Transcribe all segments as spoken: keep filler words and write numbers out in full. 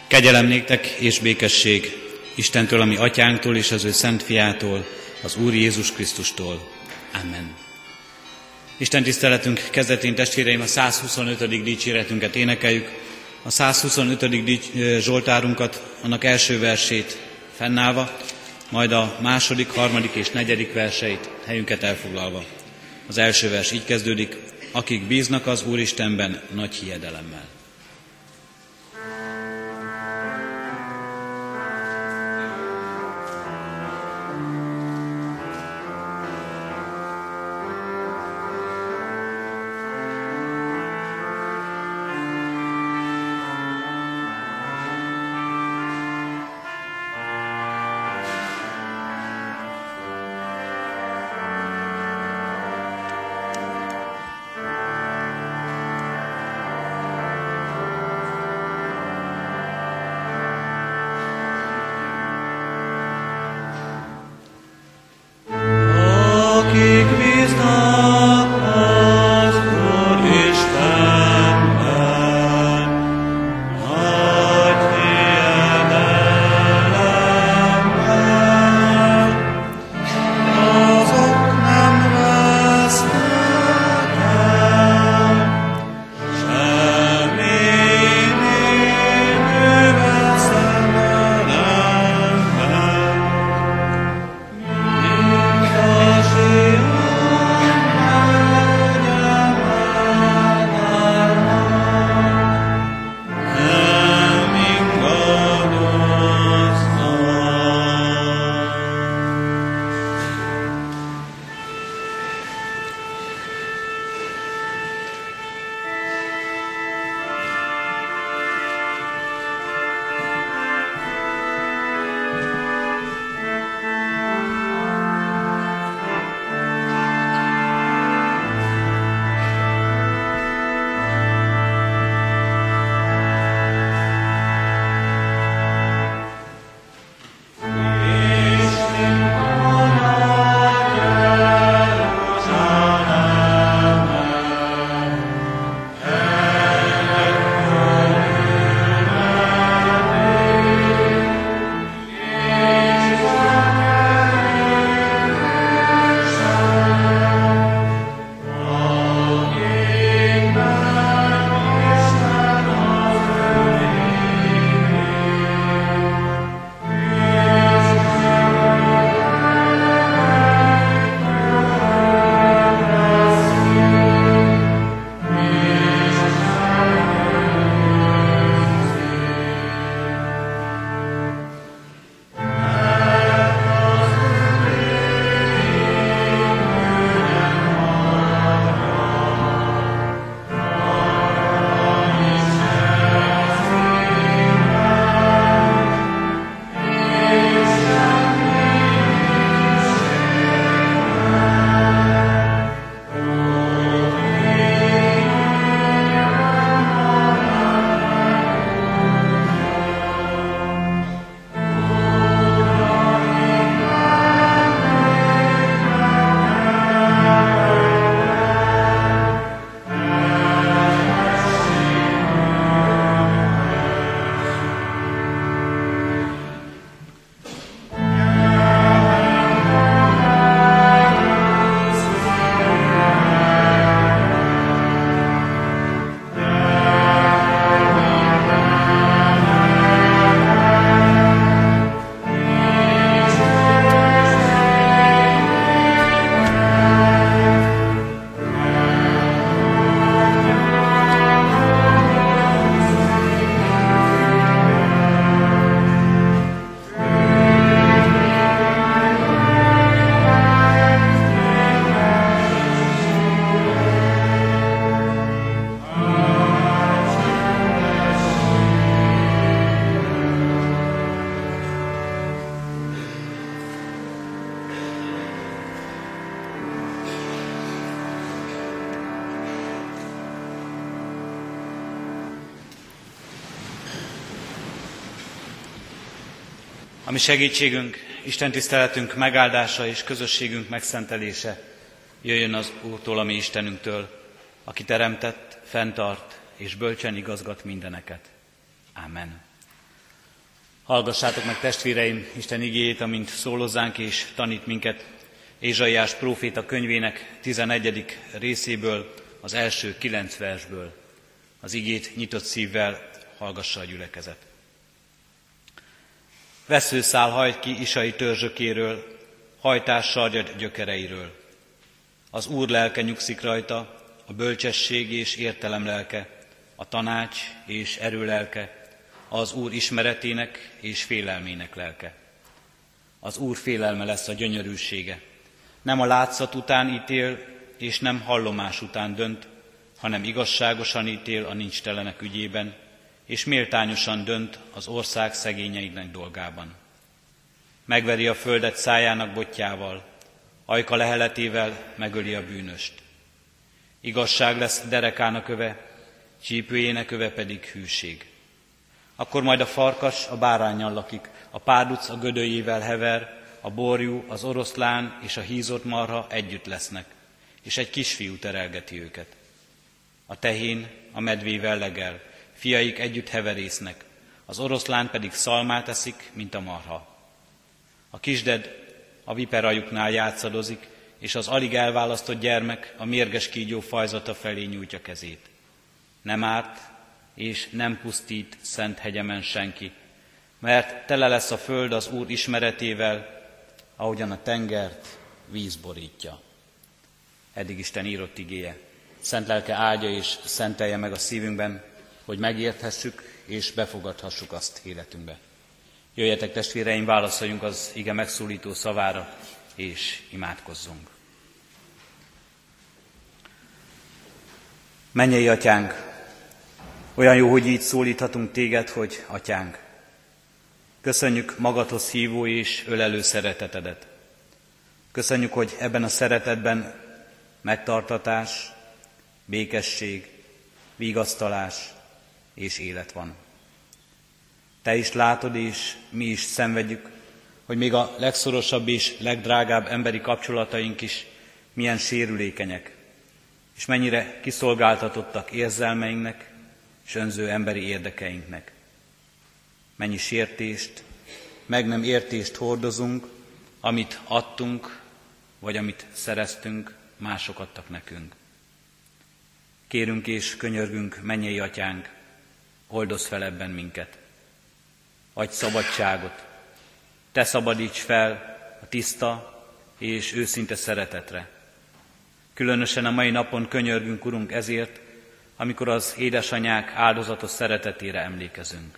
Kegyelem néktek és békesség Istentől, ami atyánktól és az ő szent fiától, az Úr Jézus Krisztustól. Amen. Isten tiszteletünk kezdetén, testvéreim, a százhuszonötödik dicséretünket énekeljük. A százhuszonötödik zsoltárunkat, annak első versét fennállva, majd a második, harmadik és negyedik verseit helyünket elfoglalva. Az első vers így kezdődik: akik bíznak az Úristenben nagy hiedelemmel. Ami segítségünk, Isten tiszteletünk megáldása és közösségünk megszentelése jöjjön az Úrtól, a mi Istenünktől, aki teremtett, fenntart és bölcsen igazgat mindeneket. Ámen. Hallgassátok meg, testvéreim, Isten igéjét, amint szólozzánk és tanít minket Ézsaiás próféta könyvének tizenegyedik részéből, az első kilenc versből. Az igét nyitott szívvel hallgassa a gyülekezet. Veszőszál hajt ki Isai törzsökéről, hajtás sarjad gyökereiről. Az Úr lelke nyugszik rajta, a bölcsesség és értelem lelke, a tanács és erő lelke, az Úr ismeretének és félelmének lelke. Az Úr félelme lesz a gyönyörűsége. Nem a látszat után ítél, és nem hallomás után dönt, hanem igazságosan ítél a nincstelenek ügyében, és méltányosan dönt az ország szegényeinek dolgában. Megveri a földet szájának botjával, ajka leheletével megöli a bűnöst. Igazság lesz derekának öve, csípőjének öve pedig hűség. Akkor majd a farkas a báránnyal lakik, a párduc a gödöljével hever, a borjú, az oroszlán és a hízott marha együtt lesznek, és egy kisfiú terelgeti őket. A tehén a medvével legel, fiaik együtt heverésznek, az oroszlán pedig szalmát eszik, mint a marha. A kisded a viperajuknál játszadozik, és az alig elválasztott gyermek a mérges kígyó fajzata felé nyújtja kezét. Nem árt és nem pusztít szent hegyemen senki, mert tele lesz a föld az Úr ismeretével, ahogyan a tengert víz borítja. Eddig Isten írott igéje. Szent lelke áldja és szentelje meg a szívünkben, hogy megérthessük és befogadhassuk azt életünkbe. Jöjjetek, testvéreim, válaszoljunk az ige megszólító szavára, és imádkozzunk. Mennyei Atyánk, olyan jó, hogy így szólíthatunk téged, hogy Atyánk. Köszönjük magadhoz hívó és ölelő szeretetedet. Köszönjük, hogy ebben a szeretetben megtartatás, békesség, vigasztalás és élet van. Te is látod, és mi is szenvedjük, hogy még a legszorosabb és legdrágább emberi kapcsolataink is milyen sérülékenyek, és mennyire kiszolgáltatottak érzelmeinknek és önző emberi érdekeinknek. Mennyi sértést, meg nem értést hordozunk, amit adtunk, vagy amit szereztünk, mások adtak nekünk. Kérünk és könyörgünk, mennyei Atyánk, oldozz fel ebben minket. Adj szabadságot, te szabadíts fel a tiszta és őszinte szeretetre. Különösen a mai napon könyörgünk, Urunk, ezért, amikor az édesanyák áldozatos szeretetére emlékezünk.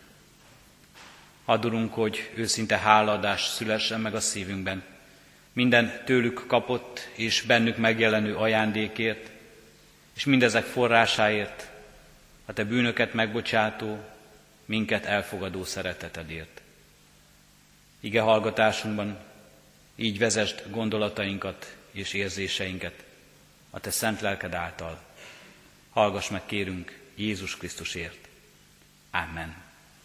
Add, Urunk, hogy őszinte hálaadás szülessen meg a szívünkben, minden tőlük kapott és bennük megjelenő ajándékért, és mindezek forrásáért, a te bűnöket megbocsátó, minket elfogadó szeretetedért. Ige hallgatásunkban így vezesd gondolatainkat és érzéseinket a te szent lelked által. Hallgass meg, kérünk, Jézus Krisztusért. Amen.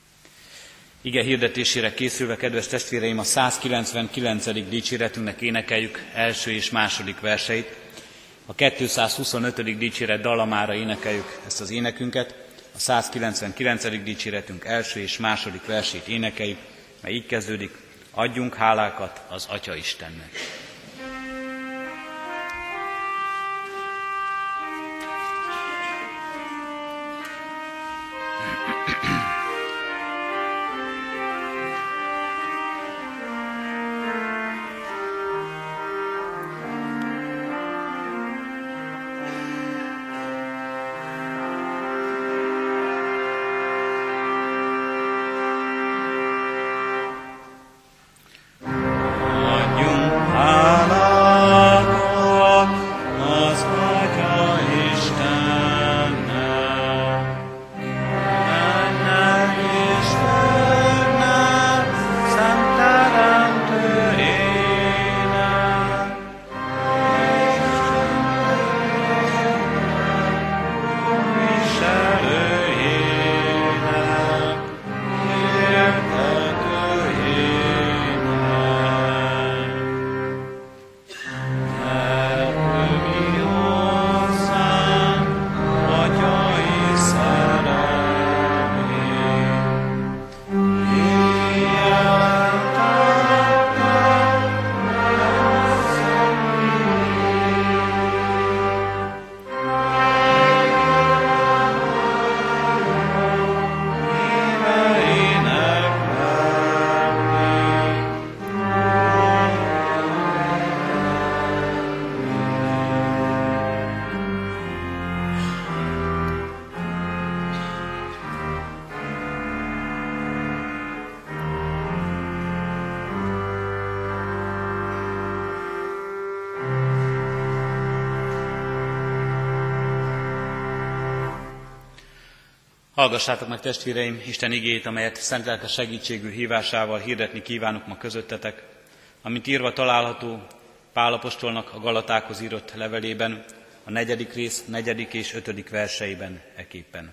Ige hirdetésére készülve, kedves testvéreim, a százkilencvenkilencedik dicséretünknek énekeljük első és második verseit. A kétszázhuszonötödik dicséret dallamára énekeljük ezt az énekünket. A százkilencvenkilencedik dicséretünk első és második versét énekeljük, mely így kezdődik: adjunk hálákat az Atya Istennek. Hallelujah. Hallgassátok meg, testvéreim, Isten igéjét, amelyet szent lelke segítségül hívásával hirdetni kívánok ma közöttetek, amint írva található Pál apostolnak a Galatákhoz írott levelében, a negyedik rész, negyedik és ötödik verseiben eképpen.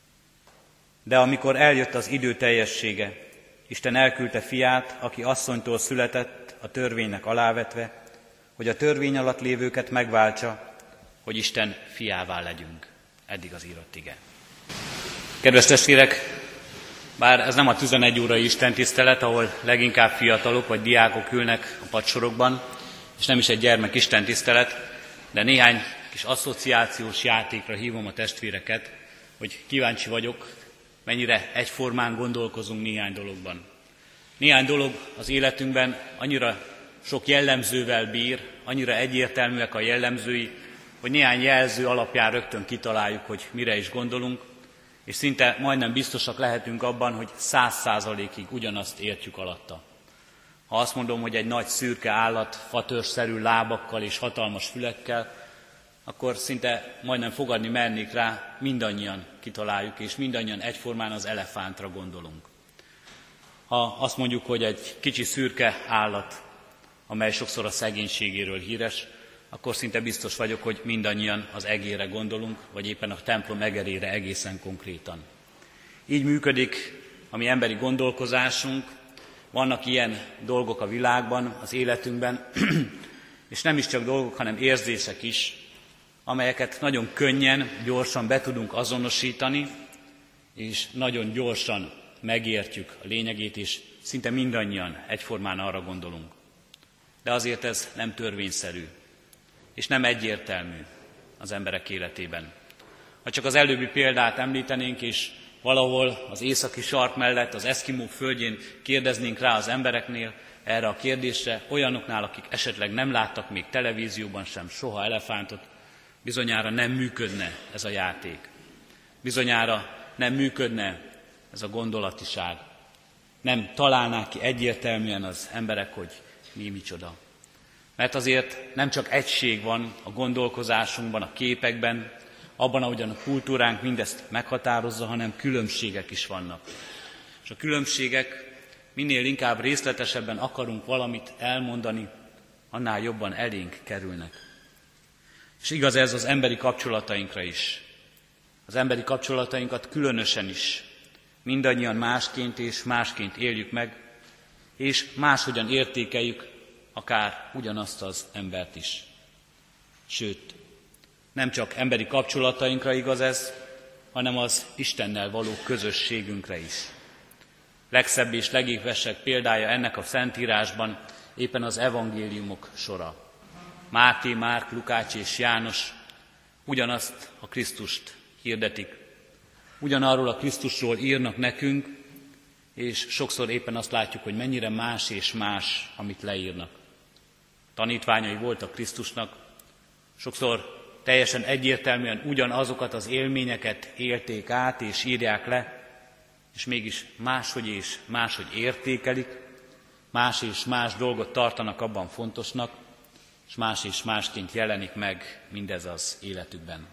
De amikor eljött az idő teljessége, Isten elküldte fiát, aki asszonytól született, a törvénynek alávetve, hogy a törvény alatt lévőket megváltsa, hogy Isten fiává legyünk. Eddig az írott ige. Kedves testvérek, bár ez nem a tizenegy órai istentisztelet, ahol leginkább fiatalok vagy diákok ülnek a padsorokban, és nem is egy gyermek istentisztelet, de néhány kis asszociációs játékra hívom a testvéreket, hogy kíváncsi vagyok, mennyire egyformán gondolkozunk néhány dologban. Néhány dolog az életünkben annyira sok jellemzővel bír, annyira egyértelműek a jellemzői, hogy néhány jelző alapján rögtön kitaláljuk, hogy mire is gondolunk, és szinte majdnem biztosak lehetünk abban, hogy száz százalékig ugyanazt értjük alatta. Ha azt mondom, hogy egy nagy szürke állat, fatörzszerű lábakkal és hatalmas fülekkel, akkor szinte majdnem fogadni mernék rá, mindannyian kitaláljuk, és mindannyian egyformán az elefántra gondolunk. Ha azt mondjuk, hogy egy kicsi szürke állat, amely sokszor a szegénységéről híres, akkor szinte biztos vagyok, hogy mindannyian az egérre gondolunk, vagy éppen a templom egerére egészen konkrétan. Így működik a mi emberi gondolkozásunk, vannak ilyen dolgok a világban, az életünkben, és nem is csak dolgok, hanem érzések is, amelyeket nagyon könnyen, gyorsan be tudunk azonosítani, és nagyon gyorsan megértjük a lényegét, és szinte mindannyian egyformán arra gondolunk. De azért ez nem törvényszerű, és nem egyértelmű az emberek életében. Ha csak az előbbi példát említenénk, és valahol az északi sark mellett, az eszkimók földjén kérdeznénk rá az embereknél erre a kérdésre, olyanoknál, akik esetleg nem láttak még televízióban sem soha elefántot, bizonyára nem működne ez a játék. Bizonyára nem működne ez a gondolatiság. Nem találnák ki egyértelműen az emberek, hogy mi micsoda. Mert azért nem csak egység van a gondolkozásunkban, a képekben, abban, ahogyan a kultúránk mindezt meghatározza, hanem különbségek is vannak. És a különbségek, minél inkább részletesebben akarunk valamit elmondani, annál jobban elénk kerülnek. És igaz ez az emberi kapcsolatainkra is. Az emberi kapcsolatainkat különösen is mindannyian másként és másként éljük meg, és máshogyan értékeljük akár ugyanazt az embert is. Sőt, nem csak emberi kapcsolatainkra igaz ez, hanem az Istennel való közösségünkre is. Legszebb és legévesebb példája ennek a Szentírásban éppen az evangéliumok sora. Máté, Márk, Lukács és János ugyanazt a Krisztust hirdetik. Ugyanarról a Krisztusról írnak nekünk, és sokszor éppen azt látjuk, hogy mennyire más és más, amit leírnak. Tanítványai voltak Krisztusnak, sokszor teljesen egyértelműen ugyanazokat az élményeket élték át és írják le, és mégis máshogy és máshogy értékelik, más és más dolgot tartanak abban fontosnak, és más és másként jelenik meg mindez az életükben.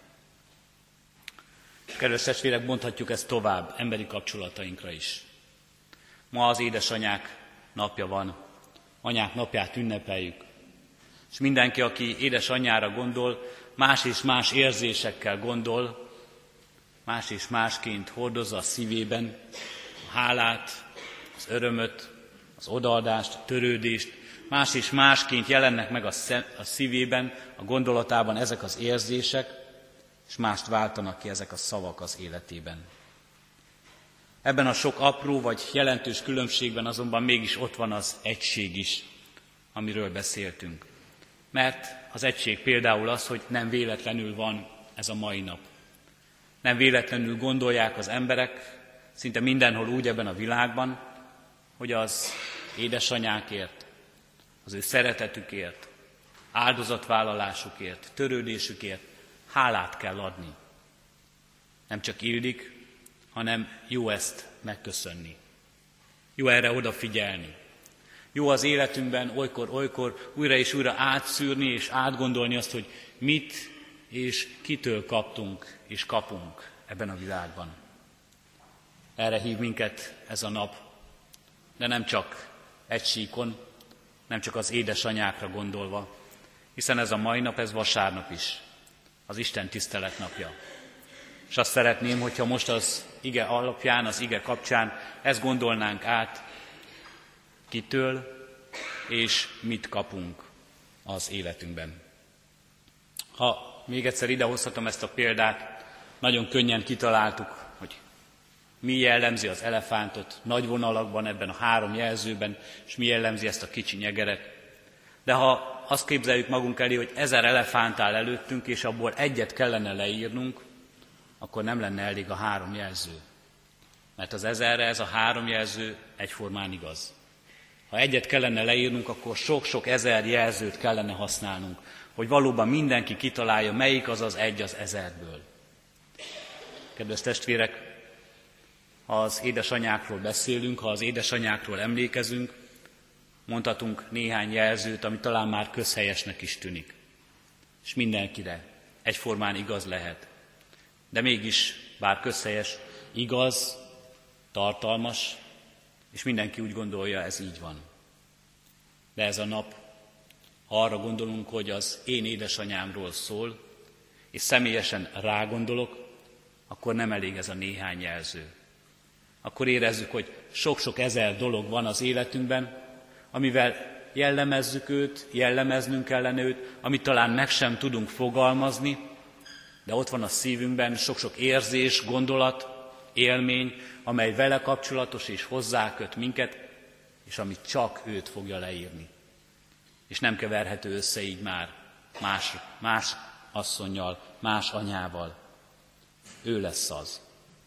Kedves testvérek, mondhatjuk ezt tovább emberi kapcsolatainkra is. Ma az édesanyák napja van, anyák napját ünnepeljük. És mindenki, aki édesanyjára gondol, más és más érzésekkel gondol, más és másként hordozza a szívében a hálát, az örömöt, az odaadást, a törődést, más és másként jelennek meg a szívében, a gondolatában ezek az érzések, és mást váltanak ki ezek a szavak az életében. Ebben a sok apró vagy jelentős különbségben azonban mégis ott van az egység is, amiről beszéltünk. Mert az egység például az, hogy nem véletlenül van ez a mai nap. Nem véletlenül gondolják az emberek, szinte mindenhol úgy ebben a világban, hogy az édesanyákért, az ő szeretetükért, áldozatvállalásukért, törődésükért hálát kell adni. Nem csak illik, hanem jó ezt megköszönni. Jó erre odafigyelni. Jó az életünkben olykor-olykor újra és újra átszűrni és átgondolni azt, hogy mit és kitől kaptunk és kapunk ebben a világban. Erre hív minket ez a nap, de nem csak egy síkon, nem csak az édesanyákra gondolva, hiszen ez a mai nap, ez vasárnap is, az Isten tisztelet napja. És azt szeretném, hogyha most az ige alapján, az ige kapcsán ezt gondolnánk át, kitől és mit kapunk az életünkben. Ha még egyszer idehozhatom ezt a példát, nagyon könnyen kitaláltuk, hogy mi jellemzi az elefántot nagy vonalakban ebben a három jelzőben, és mi jellemzi ezt a kicsi nyegeret. De ha azt képzeljük magunk elé, hogy ezer elefánt áll előttünk, és abból egyet kellene leírnunk, akkor nem lenne elég a három jelző. Mert az ezerre ez a három jelző egyformán igaz. Ha egyet kellene leírnunk, akkor sok-sok ezer jelzőt kellene használnunk, hogy valóban mindenki kitalálja, melyik az az egy az ezerből. Kedves testvérek, ha az édesanyákról beszélünk, ha az édesanyákról emlékezünk, mondhatunk néhány jelzőt, ami talán már közhelyesnek is tűnik. És mindenkire egyformán igaz lehet. De mégis, bár közhelyes, igaz, tartalmas, és mindenki úgy gondolja, ez így van. De ez a nap, ha arra gondolunk, hogy az én édesanyámról szól, és személyesen rágondolok, akkor nem elég ez a néhány jelző. Akkor érezzük, hogy sok-sok ezer dolog van az életünkben, amivel jellemezzük őt, jellemeznünk kellene őt, amit talán meg sem tudunk fogalmazni, de ott van a szívünkben sok-sok érzés, gondolat, élmény, amely vele kapcsolatos és hozzáköt minket, és amit csak őt fogja leírni. És nem keverhető össze így már más, más asszonnyal, más anyával. Ő lesz az.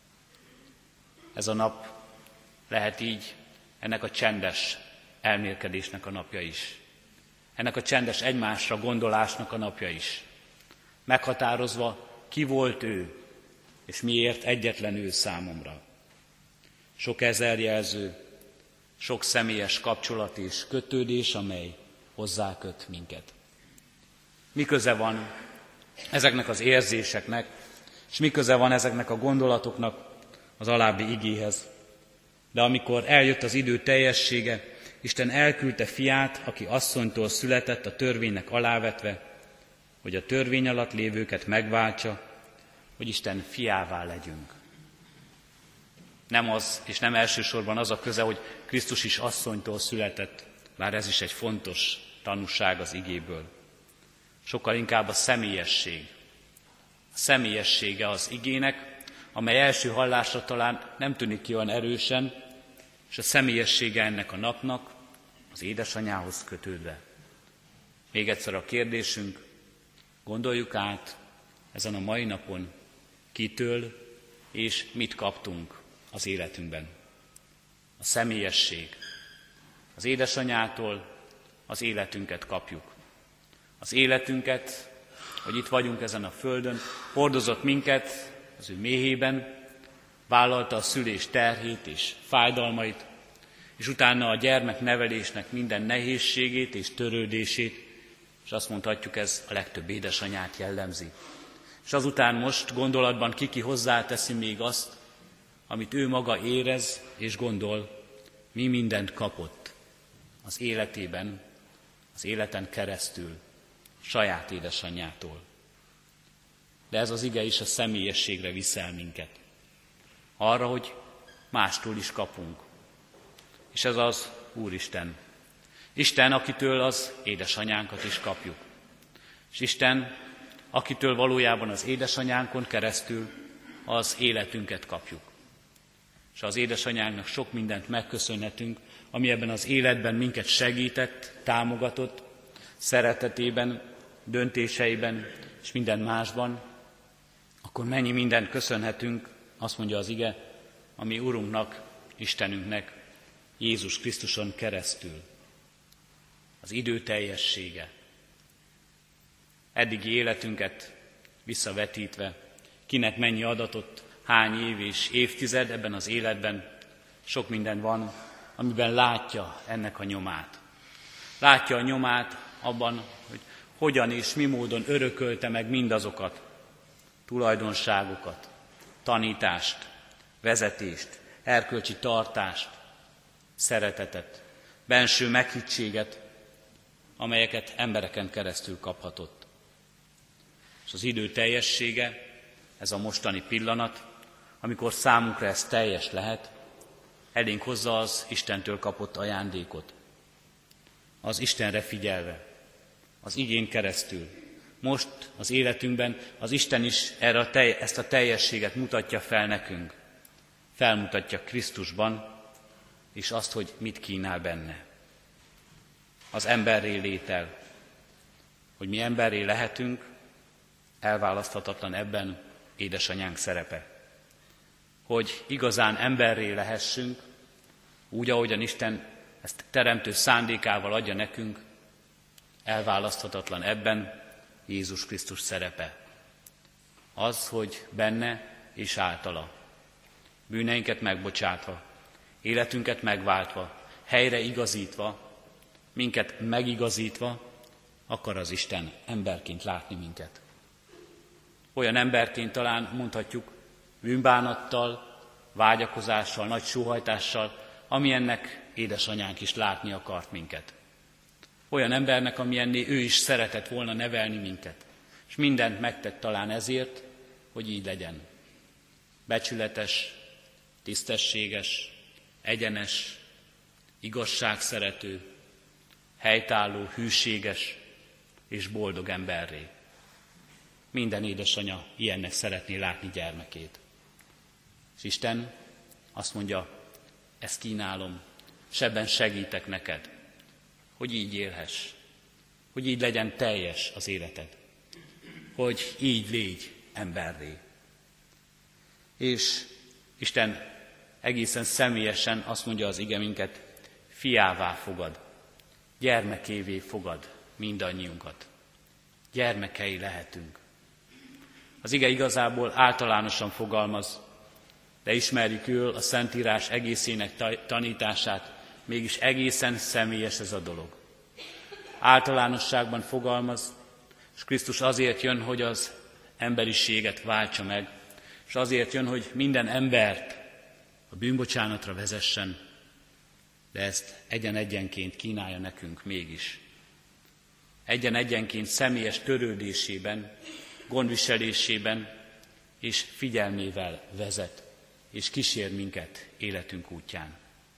Ez a nap lehet így ennek a csendes elmélkedésnek a napja is. Ennek a csendes egymásra gondolásnak a napja is. Meghatározva, ki volt ő, és miért egyetlen ő számomra. Sok ezer jelző, sok személyes kapcsolat és kötődés, amely hozzáköt minket. Mi köze van ezeknek az érzéseknek, és mi köze van ezeknek a gondolatoknak az alábbi igéhez. De amikor eljött az idő teljessége, Isten elküldte fiát, aki asszonytól született, a törvénynek alávetve, hogy a törvény alatt lévőket megváltsa, hogy Isten fiává legyünk. Nem az, és nem elsősorban az a köze, hogy Krisztus is asszonytól született, bár ez is egy fontos tanúság az igéből. Sokkal inkább a személyesség. A személyessége az igének, amely első hallásra talán nem tűnik ki olyan erősen, és a személyessége ennek a napnak az édesanyához kötődve. Még egyszer a kérdésünk, gondoljuk át ezen a mai napon, kitől és mit kaptunk az életünkben. A személyesség. Az édesanyától az életünket kapjuk. Az életünket, hogy itt vagyunk ezen a földön, hordozott minket az ő méhében, vállalta a szülés terhét és fájdalmait, és utána a gyermeknevelésnek minden nehézségét és törődését, és azt mondhatjuk, ez a legtöbb édesanyát jellemzi. És azután most gondolatban kiki hozzáteszi még azt, amit ő maga érez és gondol, mi mindent kapott az életében, az életen keresztül, saját édesanyjától. De ez az ige is a személyességre viszel minket. Arra, hogy mástól is kapunk. És ez az Úristen. Isten, akitől az édesanyánkat is kapjuk. És Isten, akitől valójában az édesanyánkon keresztül az életünket kapjuk. És az édesanyánknak sok mindent megköszönhetünk, ami ebben az életben minket segített, támogatott, szeretetében, döntéseiben és minden másban, akkor mennyi mindent köszönhetünk, azt mondja az ige, a mi Urunknak, Istenünknek, Jézus Krisztuson keresztül. Az idő teljessége. Eddigi életünket visszavetítve, kinek mennyi adatot, hány év és évtized ebben az életben, sok minden van, amiben látja ennek a nyomát. Látja a nyomát abban, hogy hogyan és mi módon örökölte meg mindazokat, tulajdonságokat, tanítást, vezetést, erkölcsi tartást, szeretetet, benső meghittséget, amelyeket embereken keresztül kaphatott. És az idő teljessége, ez a mostani pillanat, amikor számunkra ez teljes lehet, elénk hozza az Istentől kapott ajándékot. Az Istenre figyelve, az igén keresztül. Most az életünkben az Isten is erre a telj, ezt a teljességet mutatja fel nekünk. Felmutatja Krisztusban, és azt, hogy mit kínál benne. Az emberré létel, hogy mi emberré lehetünk, elválaszthatatlan ebben édesanyánk szerepe. Hogy igazán emberré lehessünk, úgy, ahogyan Isten ezt teremtő szándékával adja nekünk, elválaszthatatlan ebben Jézus Krisztus szerepe. Az, hogy benne és általa, bűneinket megbocsátva, életünket megváltva, helyre igazítva, minket megigazítva, akar az Isten emberként látni minket. Olyan emberként talán mondhatjuk, bűnbánattal, vágyakozással, nagy sóhajtással, amilyennek édesanyánk is látni akart minket. Olyan embernek, amilyenné ő is szeretett volna nevelni minket. És mindent megtett talán ezért, hogy így legyen. Becsületes, tisztességes, egyenes, igazságszerető, helytálló, hűséges és boldog emberré. Minden édesanya ilyennek szeretné látni gyermekét. És Isten azt mondja, ezt kínálom, és ebben segítek neked, hogy így élhess, hogy így legyen teljes az életed, hogy így légy emberré. És Isten egészen személyesen azt mondja az ige minket, fiává fogad, gyermekévé fogad mindannyiunkat. Gyermekei lehetünk. Az ige igazából általánosan fogalmaz, de ismerjük jól a Szentírás egészének tanítását, mégis egészen személyes ez a dolog. Általánosságban fogalmaz, és Krisztus azért jön, hogy az emberiséget váltsa meg, és azért jön, hogy minden embert a bűnbocsánatra vezessen, de ezt egyen-egyenként kínálja nekünk mégis. Egyen-egyenként személyes törődésében, gondviselésében és figyelmével vezet, és kísér minket életünk útján.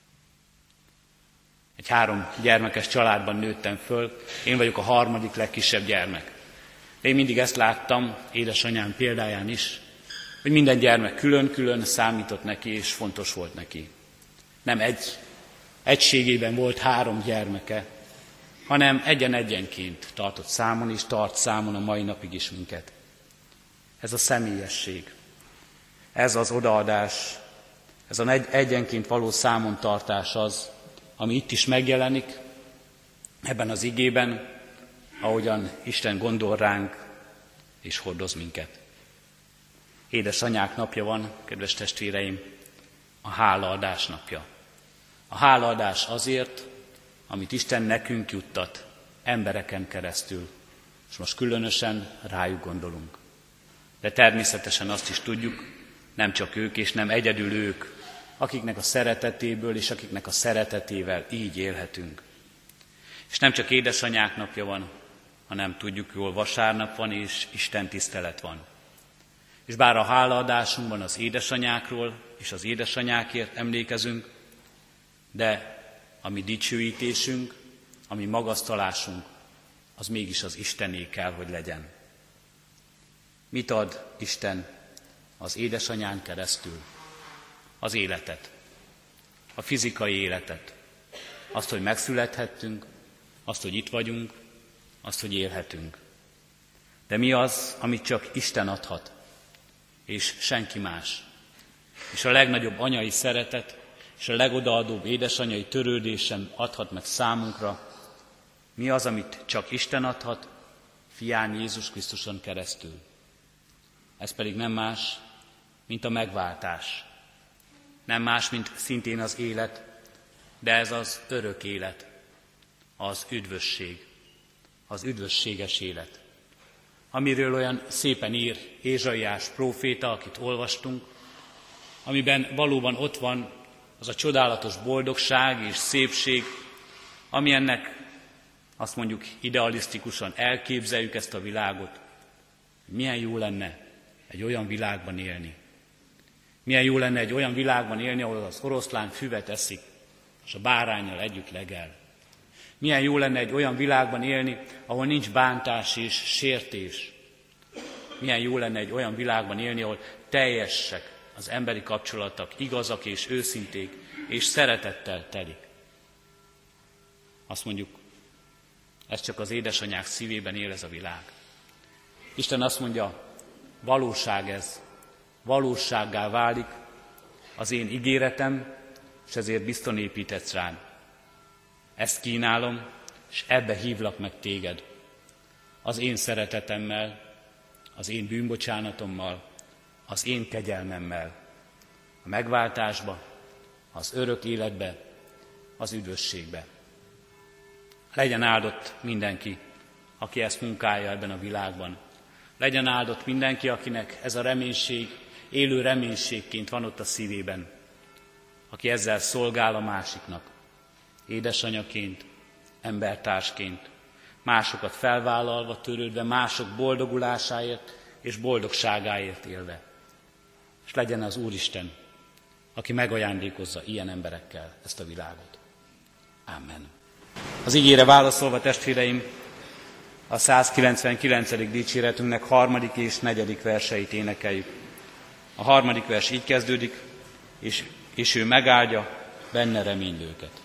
Egy három gyermekes családban nőttem föl, én vagyok a harmadik legkisebb gyermek. Én mindig ezt láttam, édesanyám példáján is, hogy minden gyermek külön-külön számított neki, és fontos volt neki. Nem egy egységében volt három gyermeke, hanem egyen-egyenként tartott számon, és tart számon a mai napig is minket. Ez a személyesség, ez az odaadás, ez a egyenként való számontartás az, ami itt is megjelenik, ebben az igében, ahogyan Isten gondol ránk, és hordoz minket. Édesanyák napja van, kedves testvéreim, a hálaadás napja. A hálaadás azért, amit Isten nekünk juttat embereken keresztül, és most különösen rájuk gondolunk. De természetesen azt is tudjuk, nem csak ők, és nem egyedül ők, akiknek a szeretetéből és akiknek a szeretetével így élhetünk. És nem csak édesanyák napja van, hanem tudjuk jól, vasárnap van, és Isten tisztelet van. És bár a hálaadásunkban az édesanyákról és az édesanyákért emlékezünk, de a mi dicsőítésünk, a mi magasztalásunk, az mégis az Istené kell, hogy legyen. Mit ad Isten az édesanyán keresztül? Az életet, a fizikai életet, azt, hogy megszülethettünk, azt, hogy itt vagyunk, azt, hogy élhetünk. De mi az, amit csak Isten adhat, és senki más? És a legnagyobb anyai szeretet, és a legodaadóbb édesanyai törődés sem adhat meg számunkra. Mi az, amit csak Isten adhat, Fián Jézus Krisztuson keresztül? Ez pedig nem más, mint a megváltás. Nem más, mint szintén az élet, de ez az örök élet, az üdvösség, az üdvösséges élet, amiről olyan szépen ír Ézsaiás próféta, akit olvastunk, amiben valóban ott van az a csodálatos boldogság és szépség, ami ennek, azt mondjuk idealisztikusan elképzeljük ezt a világot. Milyen jó lenne egy olyan világban élni. Milyen jó lenne egy olyan világban élni, ahol az oroszlán füvet eszik, és a báránnyal együtt legel. Milyen jó lenne egy olyan világban élni, ahol nincs bántás és sértés. Milyen jó lenne egy olyan világban élni, ahol teljesek az emberi kapcsolatok, igazak és őszinték, és szeretettel telik. Azt mondjuk, ez csak az édesanyák szívében él ez a világ. Isten azt mondja, valóság ez, valósággá válik az én ígéretem, és ezért bizton építetsz rám. Ezt kínálom, és ebbe hívlak meg téged. Az én szeretetemmel, az én bűnbocsánatommal, az én kegyelmemmel. A megváltásba, az örök életbe, az üdvösségbe. Legyen áldott mindenki, aki ezt munkálja ebben a világban. Legyen áldott mindenki, akinek ez a reménység, élő reménységként van ott a szívében. Aki ezzel szolgál a másiknak. Édesanyaként, embertársként, másokat felvállalva, törődve, mások boldogulásáért és boldogságáért élve. És legyen az Úristen, aki megajándékozza ilyen emberekkel ezt a világot. Amen. Az igére válaszolva, testvéreim, a százkilencvenkilencedik dicséretünknek harmadik és negyedik verseit énekeljük. A harmadik vers így kezdődik, és, és ő megáldja benne reménylőket.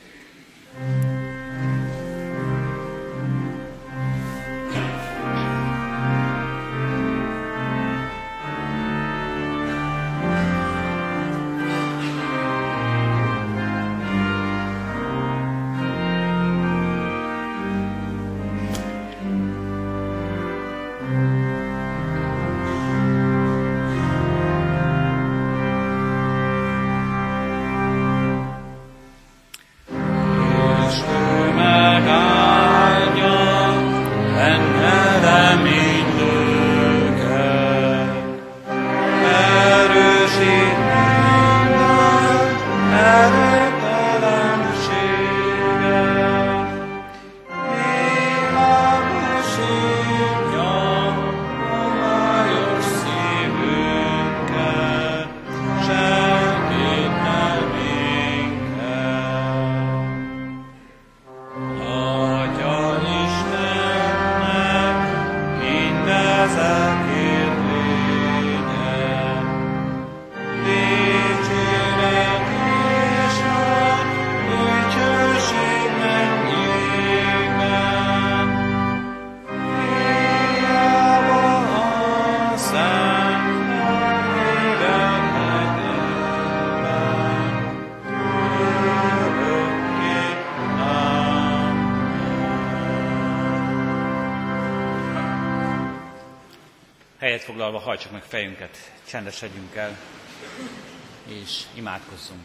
Helyet foglalva hajtsuk meg fejünket, csendesedjünk el, és imádkozzunk.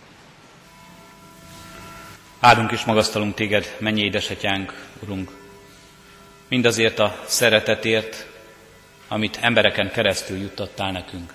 Áldunk és magasztalunk téged, mennyi édesatyánk, Urunk, mindazért a szeretetért, amit embereken keresztül juttattál nekünk.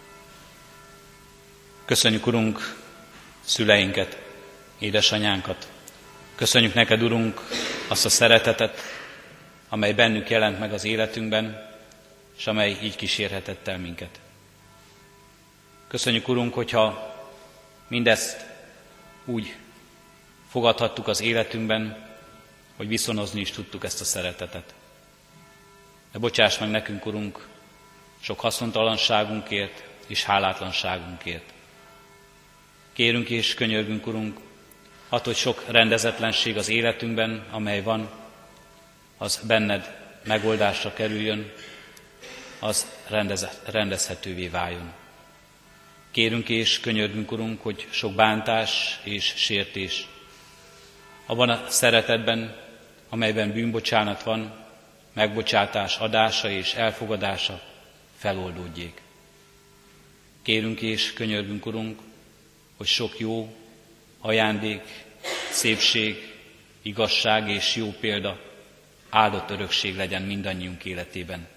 Köszönjük, Urunk, szüleinket, édesanyánkat. Köszönjük neked, Urunk, azt a szeretetet, amely bennük jelent meg az életünkben, és amely így kísérhetett el minket. Köszönjük, Urunk, hogyha mindezt úgy fogadhattuk az életünkben, hogy viszonozni is tudtuk ezt a szeretetet. De bocsáss meg nekünk, Urunk, sok haszontalanságunkért és hálátlanságunkért. Kérünk és könyörgünk, Urunk, attól, hogy sok rendezetlenség az életünkben, amely van, az benned megoldásra kerüljön, az rendezhetővé váljon. Kérünk és könyörgünk, Urunk, hogy sok bántás és sértés abban a szeretetben, amelyben bűnbocsánat van, megbocsátás adása és elfogadása feloldódjék. Kérünk és könyörgünk, Urunk, hogy sok jó ajándék, szépség, igazság és jó példa, áldott örökség legyen mindannyiunk életében.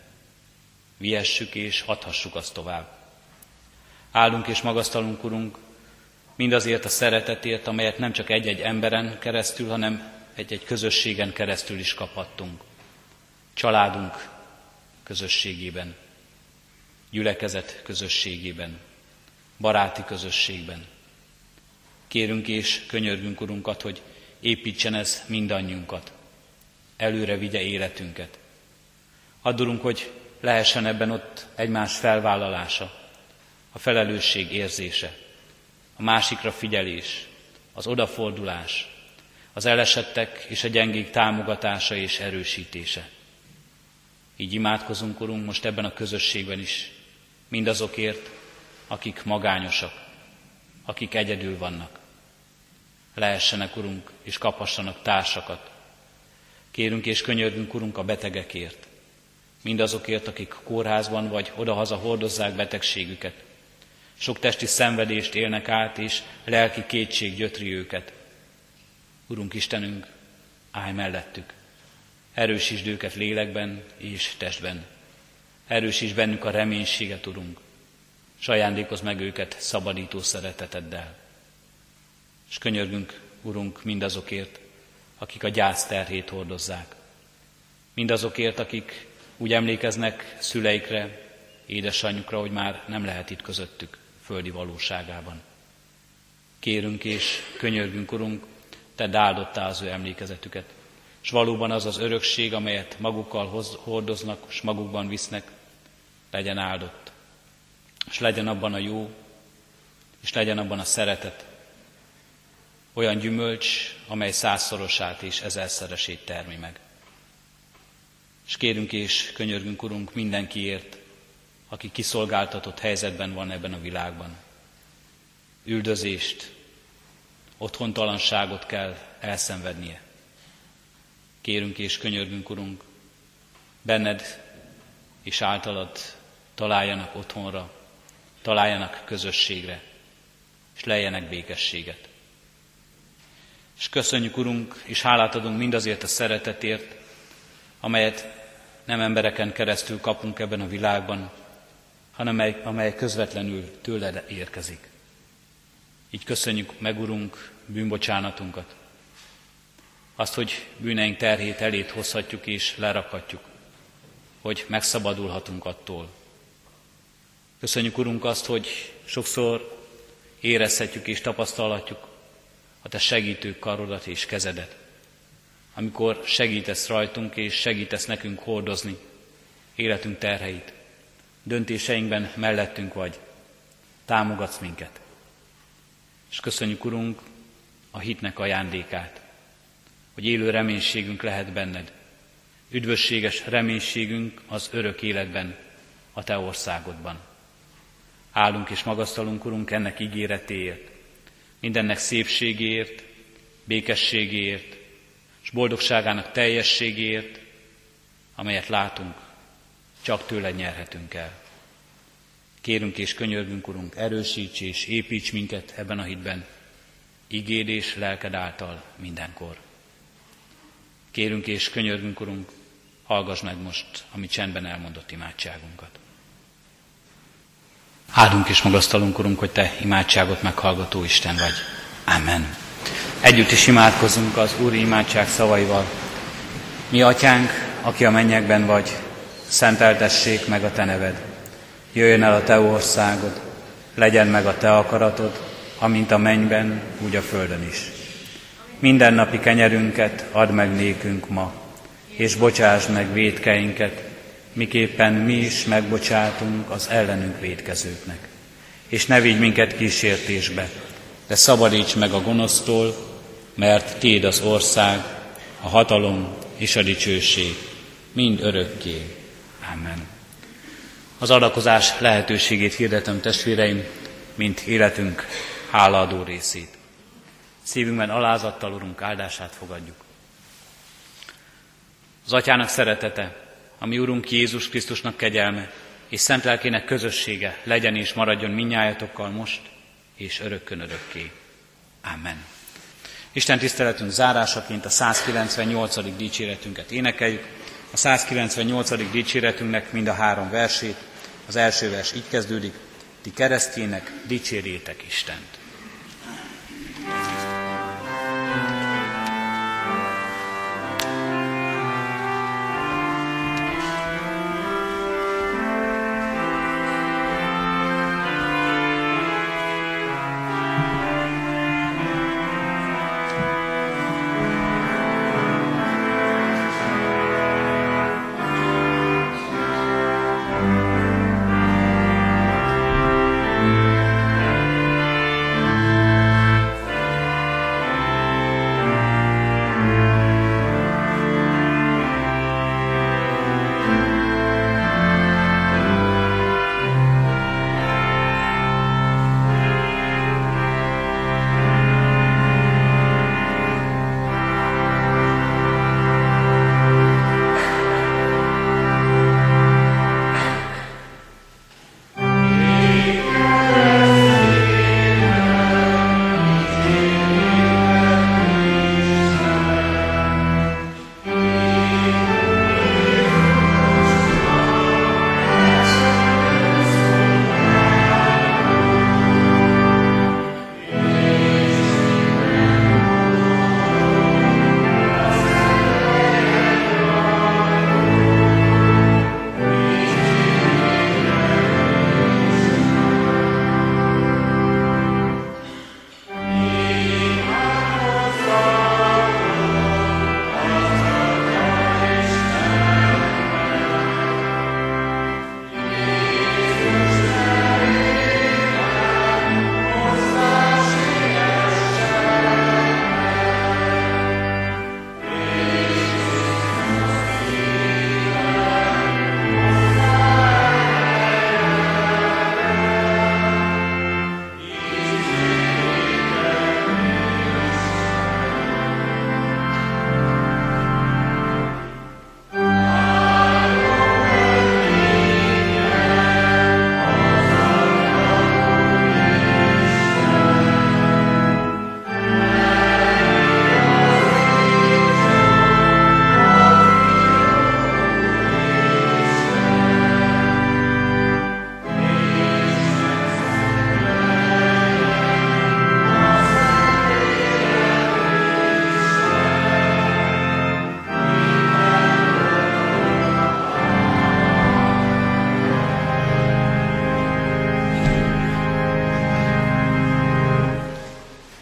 Vihessük és adhassuk azt tovább. Áldunk és magasztalunk, Urunk, mindazért a szeretetért, amelyet nem csak egy-egy emberen keresztül, hanem egy-egy közösségen keresztül is kaphattunk. Családunk közösségében, gyülekezet közösségében, baráti közösségben. Kérünk és könyörgünk, Urunkat, hogy építsen ez mindannyiunkat, előre vigye életünket. Add, Urunk, hogy lehessen ebben ott egymás felvállalása, a felelősség érzése, a másikra figyelés, az odafordulás, az elesettek és a gyengék támogatása és erősítése. Így imádkozunk, Urunk, most ebben a közösségben is, mindazokért, akik magányosak, akik egyedül vannak. Lehessenek, Urunk, és kaphassanak társakat. Kérünk és könyörgünk, Urunk, a betegekért, mindazokért, akik kórházban vagy odahaza hordozzák betegségüket. Sok testi szenvedést élnek át, és lelki kétség gyötri őket. Urunk Istenünk, állj mellettük. Erősítsd őket lélekben és testben. Erősítsd bennük a reménységet, Urunk. S ajándékozz meg őket szabadító szereteteddel. És könyörgünk, Urunk, mindazokért, akik a gyász terhét hordozzák. Mindazokért, akik úgy emlékeznek szüleikre, édesanyjukra, hogy már nem lehet itt közöttük földi valóságában. Kérünk és könyörgünk, Urunk, Te áldottá az ő emlékezetüket, és valóban az az örökség, amelyet magukkal hordoznak, és magukban visznek, legyen áldott. És legyen abban a jó, és legyen abban a szeretet, olyan gyümölcs, amely százszorosát és ezerszeresét termi meg. És kérünk és könyörgünk, Urunk, mindenkiért, aki kiszolgáltatott helyzetben van ebben a világban. Üldözést, otthontalanságot kell elszenvednie. Kérünk és könyörgünk, Urunk, benned és általad találjanak otthonra, találjanak közösségre, és lejjenek békességet. És köszönjük, Urunk, és hálát adunk mindazért a szeretetért, amelyet nem embereken keresztül kapunk ebben a világban, hanem amely, amely közvetlenül tőled érkezik. Így köszönjük meg, Urunk, bűnbocsánatunkat, azt, hogy bűneink terhét elét hozhatjuk és lerakhatjuk, hogy megszabadulhatunk attól. Köszönjük, Urunk, azt, hogy sokszor érezhetjük és tapasztalhatjuk a Te segítő karodat és kezedet, amikor segítesz rajtunk és segítesz nekünk hordozni életünk terheit. Döntéseinkben mellettünk vagy, támogatsz minket. És köszönjük, Urunk, a hitnek ajándékát, hogy élő reménységünk lehet benned. Üdvösséges reménységünk az örök életben, a Te országodban. Állunk és magasztalunk, Urunk, ennek ígéretéért, mindennek szépségéért, békességéért, és boldogságának teljességéért, amelyet látunk, csak tőled nyerhetünk el. Kérünk és könyörgünk, Urunk, erősíts és építs minket ebben a hitben, igéd és lelked által mindenkor. Kérünk és könyörgünk, Urunk, hallgass meg most a mi csendben elmondott imádságunkat. Áldunk és magasztalunk, Urunk, hogy Te imádságot meghallgató Isten vagy. Amen. Együtt is imádkozunk az Úri imádság szavaival. Mi Atyánk, aki a mennyekben vagy, szenteltessék meg a Te neved. Jöjjön el a Te országod, legyen meg a Te akaratod, amint a mennyben, úgy a földön is. Mindennapi kenyerünket add meg nékünk ma, és bocsásd meg vétkeinket, miképpen mi is megbocsátunk az ellenünk vétkezőknek. És ne vigy minket kísértésbe, de szabadíts meg a gonosztól, mert Téd az ország, a hatalom és a dicsőség, mind örökké. Amen. Az adakozás lehetőségét hirdetem, testvéreim, mint életünk hálaadó részét. Szívünkben alázattal, Urunk, áldását fogadjuk. Az Atyának szeretete, a mi Urunk Jézus Krisztusnak kegyelme és szent lelkének közössége legyen és maradjon mindnyájatokkal most és örökkön örökké. Amen. Isten tiszteletünk zárásaként a százkilencvennyolcadik dicséretünket énekeljük. A százkilencvennyolcadik dicséretünknek mind a három versét. Az első vers így kezdődik: Ti keresztjének dicsérjétek Istent.